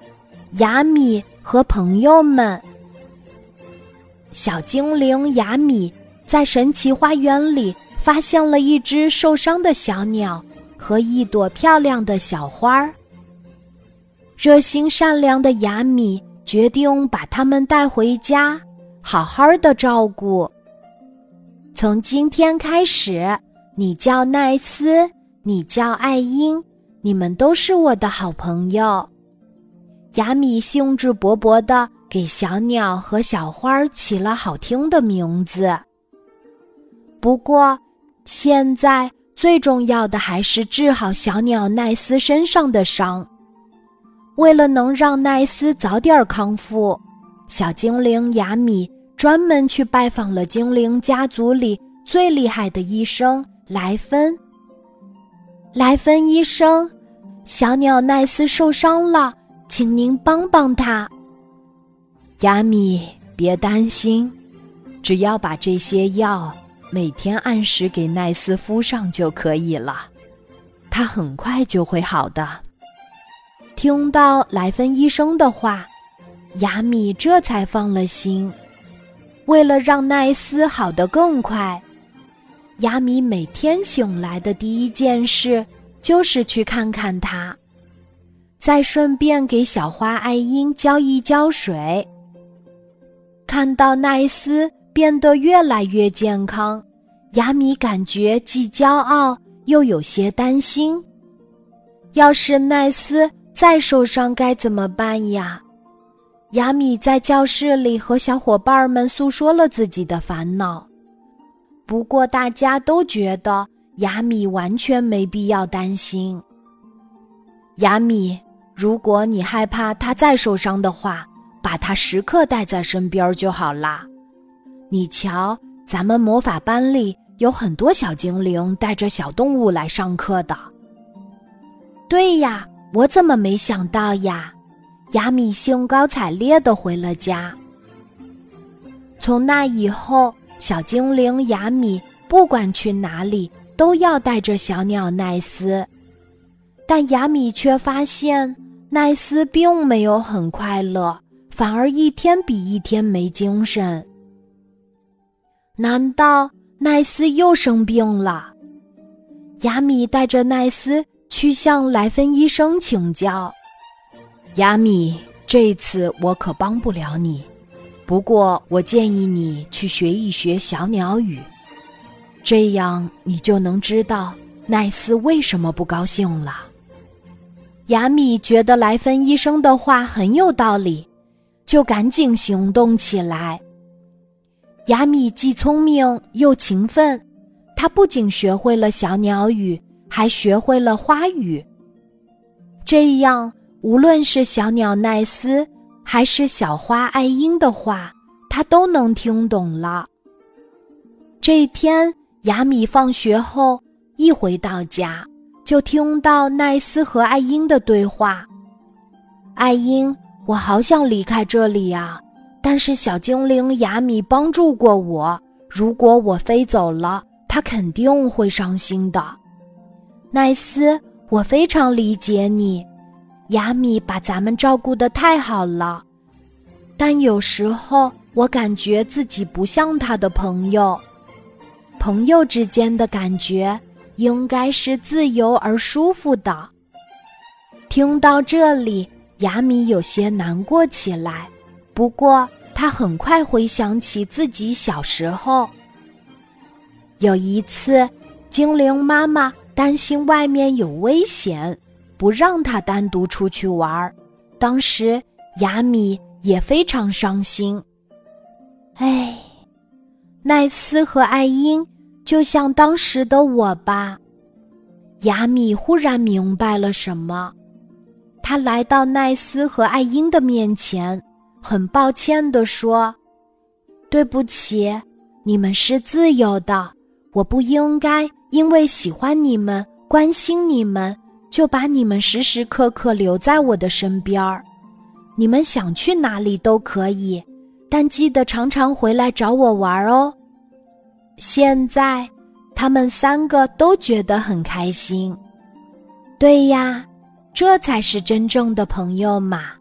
雅米和朋友们。小精灵雅米在神奇花园里发现了一只受伤的小鸟和一朵漂亮的小花。热心善良的雅米决定把它们带回家，好好的照顾。从今天开始，你叫奈斯，你叫爱因，你们都是我的好朋友。雅米兴致勃勃地给小鸟和小花起了好听的名字。不过，现在最重要的还是治好小鸟奈斯身上的伤。为了能让奈斯早点康复，小精灵雅米专门去拜访了精灵家族里最厉害的医生莱芬。莱芬医生，小鸟奈斯受伤了，请您帮帮他。雅米，别担心，只要把这些药每天按时给奈斯敷上就可以了，他很快就会好的。听到莱芬医生的话，雅米这才放了心。为了让奈斯好得更快，雅米每天醒来的第一件事就是去看看他，再顺便给小花爱因浇一浇水。看到奈斯变得越来越健康，雅米感觉既骄傲又有些担心。要是奈斯再受伤该怎么办呀？雅米在教室里和小伙伴们诉说了自己的烦恼，不过大家都觉得雅米完全没必要担心。雅米，如果你害怕他再受伤的话，把他时刻带在身边就好啦。你瞧，咱们魔法班里有很多小精灵带着小动物来上课的。对呀，我怎么没想到呀？雅米兴高采烈地回了家。从那以后，小精灵雅米不管去哪里都要带着小鸟奈斯，但雅米却发现奈斯并没有很快乐，反而一天比一天没精神。难道奈斯又生病了？雅米带着奈斯去向莱芬医生请教。雅米，这次我可帮不了你，不过我建议你去学一学小鸟语，这样你就能知道奈斯为什么不高兴了。雅米觉得莱芬医生的话很有道理，就赶紧行动起来。雅米既聪明又勤奋，他不仅学会了小鸟语，还学会了花语。这样，无论是小鸟奈斯还是小花爱因的话，他都能听懂了。这一天，雅米放学后一回到家，就听到奈斯和爱因的对话。爱因，我好想离开这里啊，但是小精灵雅米帮助过我，如果我飞走了，他肯定会伤心的。奈斯，我非常理解你，雅米把咱们照顾得太好了，但有时候我感觉自己不像他的朋友。朋友之间的感觉应该是自由而舒服的。听到这里，雅米有些难过起来，不过他很快回想起自己小时候。有一次，精灵妈妈担心外面有危险，不让他单独出去玩，当时雅米也非常伤心。唉，奈斯和爱因就像当时的我吧。雅米忽然明白了什么，他来到奈斯和爱因的面前，很抱歉地说：对不起，你们是自由的，我不应该因为喜欢你们、关心你们，就把你们时时刻刻留在我的身边儿。你们想去哪里都可以，但记得常常回来找我玩哦。现在，他们三个都觉得很开心。对呀，这才是真正的朋友嘛。